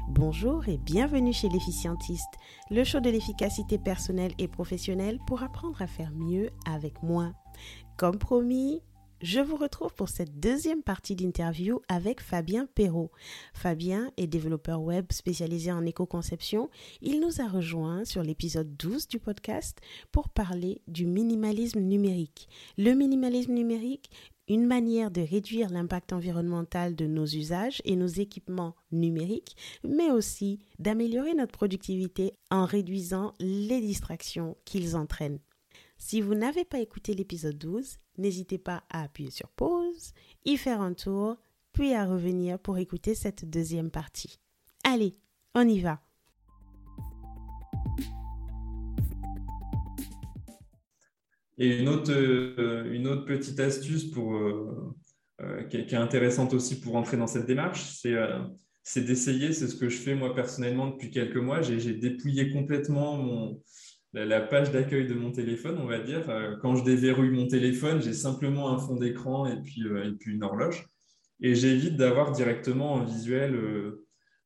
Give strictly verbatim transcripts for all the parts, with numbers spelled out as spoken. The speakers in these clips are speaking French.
Bonjour et bienvenue chez l'Efficientiste, le show de l'efficacité personnelle et professionnelle pour apprendre à faire mieux avec moins. Comme promis, je vous retrouve pour cette deuxième partie d'interview avec Fabien Perrault. Fabien est développeur web spécialisé en éco-conception. Il nous a rejoints sur l'épisode douze du podcast pour parler du minimalisme numérique. Le minimalisme numérique, une manière de réduire l'impact environnemental de nos usages et nos équipements numériques, mais aussi d'améliorer notre productivité en réduisant les distractions qu'ils entraînent. Si vous n'avez pas écouté l'épisode douze, n'hésitez pas à appuyer sur pause, y faire un tour, puis à revenir pour écouter cette deuxième partie. Allez, on y va! Et une autre, euh, une autre petite astuce pour, euh, euh, qui, est, qui est intéressante aussi pour entrer dans cette démarche, c'est, euh, c'est d'essayer, c'est ce que je fais moi personnellement depuis quelques mois, j'ai, j'ai dépouillé complètement mon, la, la page d'accueil de mon téléphone, on va dire. Euh, quand je déverrouille mon téléphone, j'ai simplement un fond d'écran et puis, euh, et puis une horloge. Et j'évite d'avoir directement en visuel euh,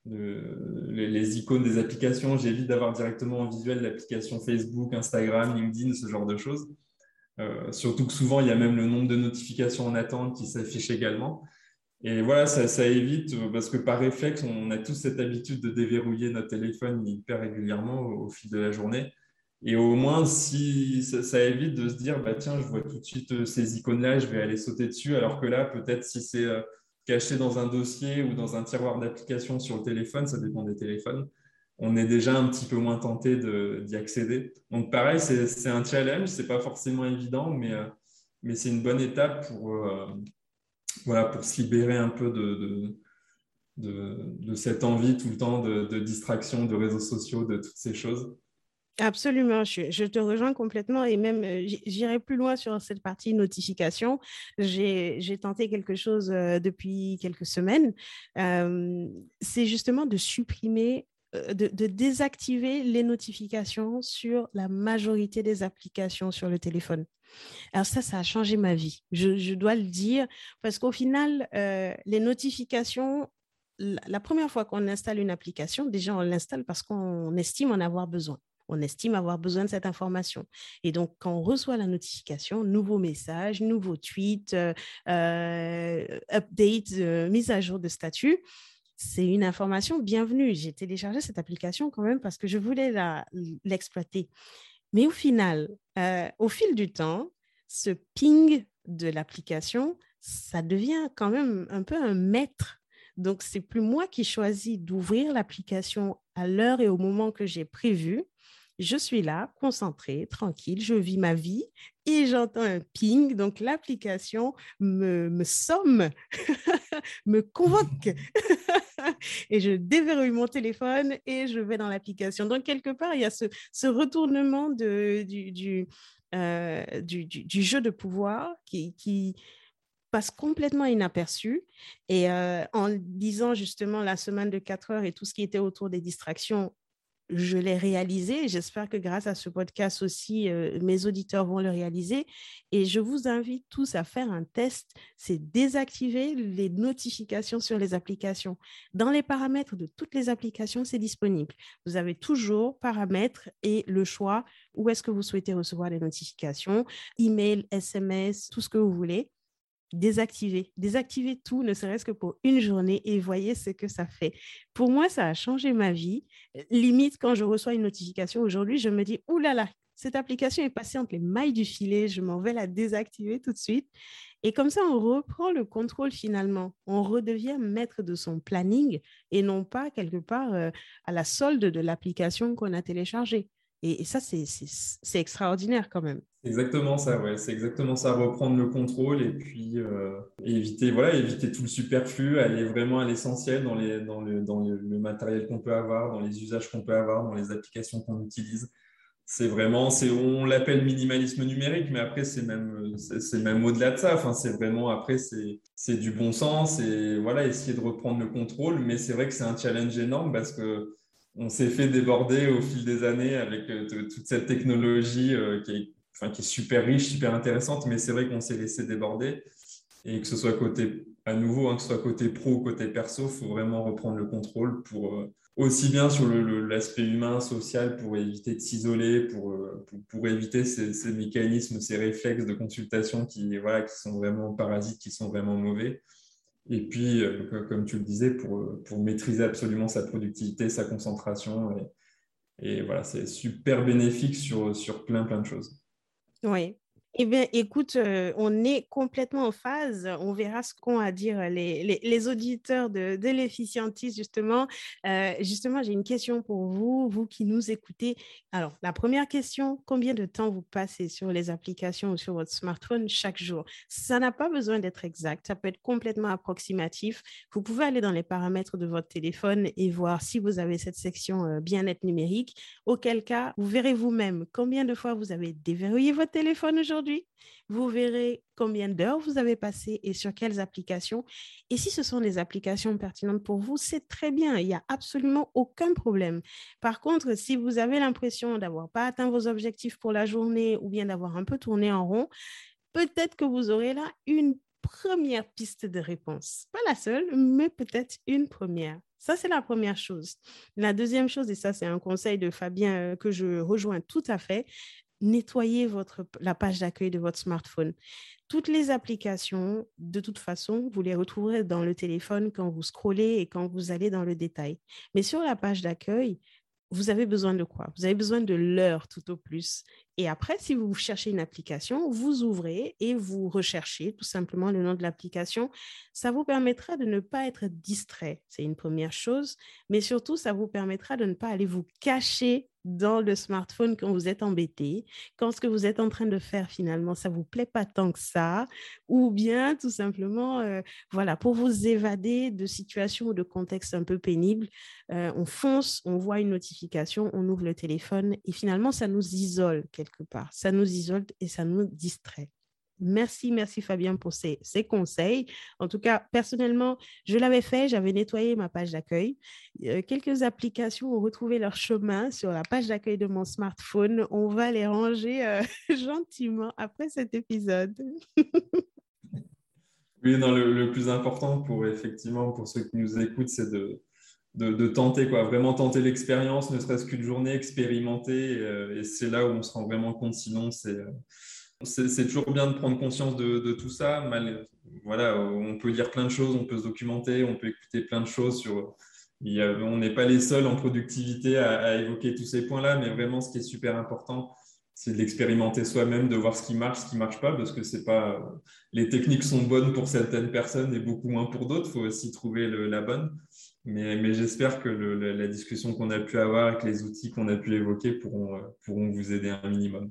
de, les, les icônes des applications, j'évite d'avoir directement en visuel l'application Facebook, Instagram, LinkedIn, ce genre de choses. Euh, surtout que souvent, il y a même le nombre de notifications en attente qui s'affiche également. Et voilà, ça, ça évite, parce que par réflexe, on a tous cette habitude de déverrouiller notre téléphone hyper régulièrement au, au fil de la journée. Et au moins, si, ça, ça évite de se dire, bah, tiens, je vois tout de suite ces icônes-là, je vais aller sauter dessus. Alors que là, peut-être si c'est euh, caché dans un dossier ou dans un tiroir d'application sur le téléphone, ça dépend des téléphones, on est déjà un petit peu moins tenté de, d'y accéder. Donc pareil, c'est, c'est un challenge, c'est pas forcément évident, mais, euh, mais c'est une bonne étape pour, euh, voilà, pour se libérer un peu de, de, de, de cette envie tout le temps de, de distraction, de réseaux sociaux, de toutes ces choses. Absolument, je, je te rejoins complètement et même euh, j'irai plus loin sur cette partie notification. J'ai, j'ai tenté quelque chose euh, depuis quelques semaines. Euh, c'est justement de supprimer De, de désactiver les notifications sur la majorité des applications sur le téléphone. Alors ça, ça a changé ma vie, je, je dois le dire, parce qu'au final, euh, les notifications, la, la première fois qu'on installe une application, déjà on l'installe parce qu'on estime en avoir besoin. On estime avoir besoin de cette information. Et donc, quand on reçoit la notification, nouveau message, nouveau tweet, euh, euh, update, euh, mise à jour de statut, c'est une information bienvenue. J'ai téléchargé cette application quand même parce que je voulais la, l'exploiter. Mais au final, euh, au fil du temps, ce ping de l'application, ça devient quand même un peu un maître. Donc, c'est plus moi qui choisis d'ouvrir l'application à l'heure et au moment que j'ai prévu. Je suis là, concentrée, tranquille, je vis ma vie et j'entends un ping. Donc, l'application me, me somme, me convoque et je déverrouille mon téléphone et je vais dans l'application. Donc, quelque part, il y a ce, ce retournement de, du, du, euh, du, du, du jeu de pouvoir qui... qui passe complètement inaperçu. Et euh, en lisant justement la semaine de quatre heures et tout ce qui était autour des distractions, je l'ai réalisé. J'espère que grâce à ce podcast aussi, euh, mes auditeurs vont le réaliser. Et je vous invite tous à faire un test. C'est désactiver les notifications sur les applications. Dans les paramètres de toutes les applications, c'est disponible. Vous avez toujours paramètres et le choix où est-ce que vous souhaitez recevoir les notifications, email, S M S, tout ce que vous voulez. Désactiver, désactiver tout, ne serait-ce que pour une journée et voyez ce que ça fait. Pour moi, ça a changé ma vie. Limite, quand je reçois une notification aujourd'hui, je me dis, ouh là là, cette application est passée entre les mailles du filet, je m'en vais la désactiver tout de suite. Et comme ça, on reprend le contrôle finalement. On redevient maître de son planning et non pas quelque part euh, à la solde de l'application qu'on a téléchargée. Et, et ça, c'est, c'est, c'est extraordinaire quand même. C'est exactement ça, ouais. C'est exactement ça, reprendre le contrôle et puis euh, éviter, voilà, éviter tout le superflu, aller vraiment à l'essentiel dans, les, dans, le, dans le, le matériel qu'on peut avoir, dans les usages qu'on peut avoir, dans les applications qu'on utilise. C'est vraiment, c'est, on l'appelle minimalisme numérique, mais après, c'est même, c'est, c'est même au-delà de ça. Enfin, c'est vraiment, après, c'est, c'est du bon sens et voilà, essayer de reprendre le contrôle. Mais c'est vrai que c'est un challenge énorme parce que on s'est fait déborder au fil des années avec euh, t- toute cette technologie euh, qui est, enfin, qui est super riche, super intéressante, mais c'est vrai qu'on s'est laissé déborder. Et que ce soit côté, à nouveau, hein, que ce soit côté pro ou côté perso, il faut vraiment reprendre le contrôle pour, euh, aussi bien sur le, le, l'aspect humain, social, pour éviter de s'isoler, pour, euh, pour, pour éviter ces, ces mécanismes, ces réflexes de consultation qui, voilà, qui sont vraiment parasites, qui sont vraiment mauvais. Et puis, euh, comme tu le disais, pour, pour maîtriser absolument sa productivité, sa concentration. Et, et voilà, c'est super bénéfique sur, sur plein, plein de choses. Oui. Eh bien, écoute, euh, on est complètement en phase. On verra ce qu'ont à dire les, les, les auditeurs de, de l'efficientisme, justement. Euh, justement, j'ai une question pour vous, vous qui nous écoutez. Alors, la première question, combien de temps vous passez sur les applications ou sur votre smartphone chaque jour? Ça n'a pas besoin d'être exact. Ça peut être complètement approximatif. Vous pouvez aller dans les paramètres de votre téléphone et voir si vous avez cette section euh, bien-être numérique. Auquel cas, vous verrez vous-même combien de fois vous avez déverrouillé votre téléphone aujourd'hui. Vous verrez combien d'heures vous avez passé et sur quelles applications. Et si ce sont des applications pertinentes pour vous, c'est très bien. Il n'y a absolument aucun problème. Par contre, si vous avez l'impression d'avoir pas atteint vos objectifs pour la journée ou bien d'avoir un peu tourné en rond, peut-être que vous aurez là une première piste de réponse. Pas la seule, mais peut-être une première. Ça, c'est la première chose. La deuxième chose, et ça, c'est un conseil de Fabien que je rejoins tout à fait, nettoyez votre, la page d'accueil de votre smartphone. Toutes les applications, de toute façon, vous les retrouverez dans le téléphone quand vous scrollez et quand vous allez dans le détail. Mais sur la page d'accueil, vous avez besoin de quoi? Vous avez besoin de l'heure tout au plus. Et après, si vous cherchez une application, vous ouvrez et vous recherchez tout simplement le nom de l'application. Ça vous permettra de ne pas être distrait. C'est une première chose. Mais surtout, ça vous permettra de ne pas aller vous cacher dans le smartphone quand vous êtes embêté, quand ce que vous êtes en train de faire finalement, ça ne vous plaît pas tant que ça, ou bien tout simplement, euh, voilà, pour vous évader de situations ou de contextes un peu pénibles, euh, on fonce, on voit une notification, on ouvre le téléphone et finalement, ça nous isole quelque part. Ça nous isole et ça nous distrait. Merci, merci Fabien pour ces, ces conseils. En tout cas, personnellement, je l'avais fait, j'avais nettoyé ma page d'accueil. Euh, quelques applications ont retrouvé leur chemin sur la page d'accueil de mon smartphone. On va les ranger euh, gentiment après cet épisode. Oui, non, le, le plus important pour effectivement pour ceux qui nous écoutent, c'est de, de, de tenter, quoi, vraiment tenter l'expérience, ne serait-ce qu'une journée, expérimenter. Et, euh, et c'est là où on se rend vraiment compte. Sinon, c'est, c'est, c'est toujours bien de prendre conscience de, de tout ça. Mal, voilà, on peut lire plein de choses, on peut se documenter, on peut écouter plein de choses sur. Il y a, on n'est pas les seuls en productivité à, à évoquer tous ces points-là, mais vraiment, ce qui est super important, c'est de l'expérimenter soi-même, de voir ce qui marche, ce qui ne marche pas, parce que c'est pas, les techniques sont bonnes pour certaines personnes et beaucoup moins pour d'autres. Il faut aussi trouver le, la bonne. Mais, mais j'espère que le, la discussion qu'on a pu avoir avec les outils qu'on a pu évoquer pourront, pourront vous aider un minimum.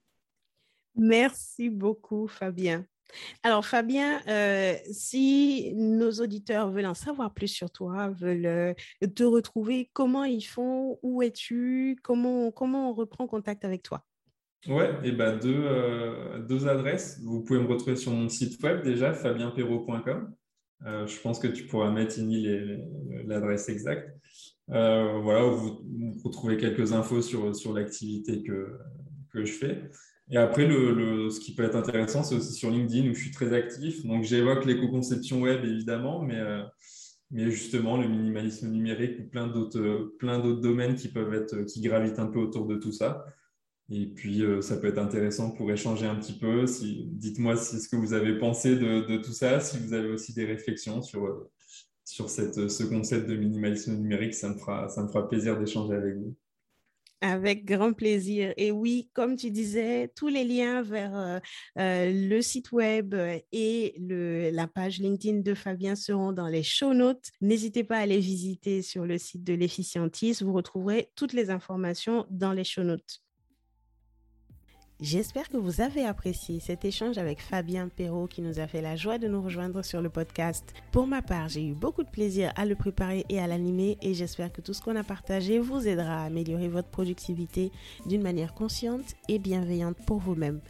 Merci beaucoup, Fabien. Alors, Fabien, euh, si nos auditeurs veulent en savoir plus sur toi, veulent euh, te retrouver, comment ils font? Où es-tu? Comment, comment on reprend contact avec toi? Ouais, et ben deux, euh, deux adresses. Vous pouvez me retrouver sur mon site web déjà, fabien perrault point com. Euh, je pense que tu pourras mettre, Inny, les- les- l'adresse exacte. Euh, voilà, où vous, vous retrouvez quelques infos sur, sur l'activité que, que je fais. Et après, le, le- ce qui peut être intéressant, c'est aussi sur LinkedIn où je suis très actif. Donc, j'évoque l'éco-conception web, évidemment, mais, euh, mais justement, le minimalisme numérique ou plein d'autres, plein d'autres domaines qui peuvent être, qui gravitent un peu autour de tout ça. Et puis, euh, ça peut être intéressant pour échanger un petit peu. Si, dites-moi si, ce que vous avez pensé de, de tout ça, si vous avez aussi des réflexions sur, euh, sur cette, ce concept de minimalisme numérique, ça me fera, ça me fera plaisir d'échanger avec vous. Avec grand plaisir. Et oui, comme tu disais, tous les liens vers euh, euh, le site web et le, la page LinkedIn de Fabien seront dans les show notes. N'hésitez pas à les visiter sur le site de l'Efficientisme. Vous retrouverez toutes les informations dans les show notes. J'espère que vous avez apprécié cet échange avec Fabien Perrault qui nous a fait la joie de nous rejoindre sur le podcast. Pour ma part, j'ai eu beaucoup de plaisir à le préparer et à l'animer et j'espère que tout ce qu'on a partagé vous aidera à améliorer votre productivité d'une manière consciente et bienveillante pour vous-même.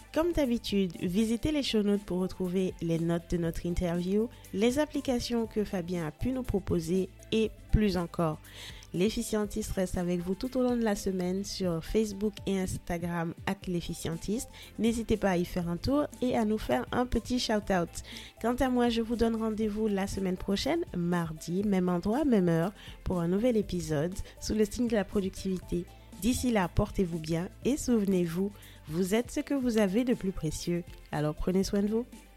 Comme d'habitude, visitez les show notes pour retrouver les notes de notre interview, les applications que Fabien a pu nous proposer et plus encore. L'Efficientiste reste avec vous tout au long de la semaine sur Facebook et Instagram arobase l'Efficientiste. N'hésitez pas à y faire un tour et à nous faire un petit shout-out. Quant à moi, je vous donne rendez-vous la semaine prochaine, mardi, même endroit, même heure, pour un nouvel épisode sous le signe de la productivité. D'ici là, portez-vous bien et souvenez-vous, vous êtes ce que vous avez de plus précieux. Alors prenez soin de vous.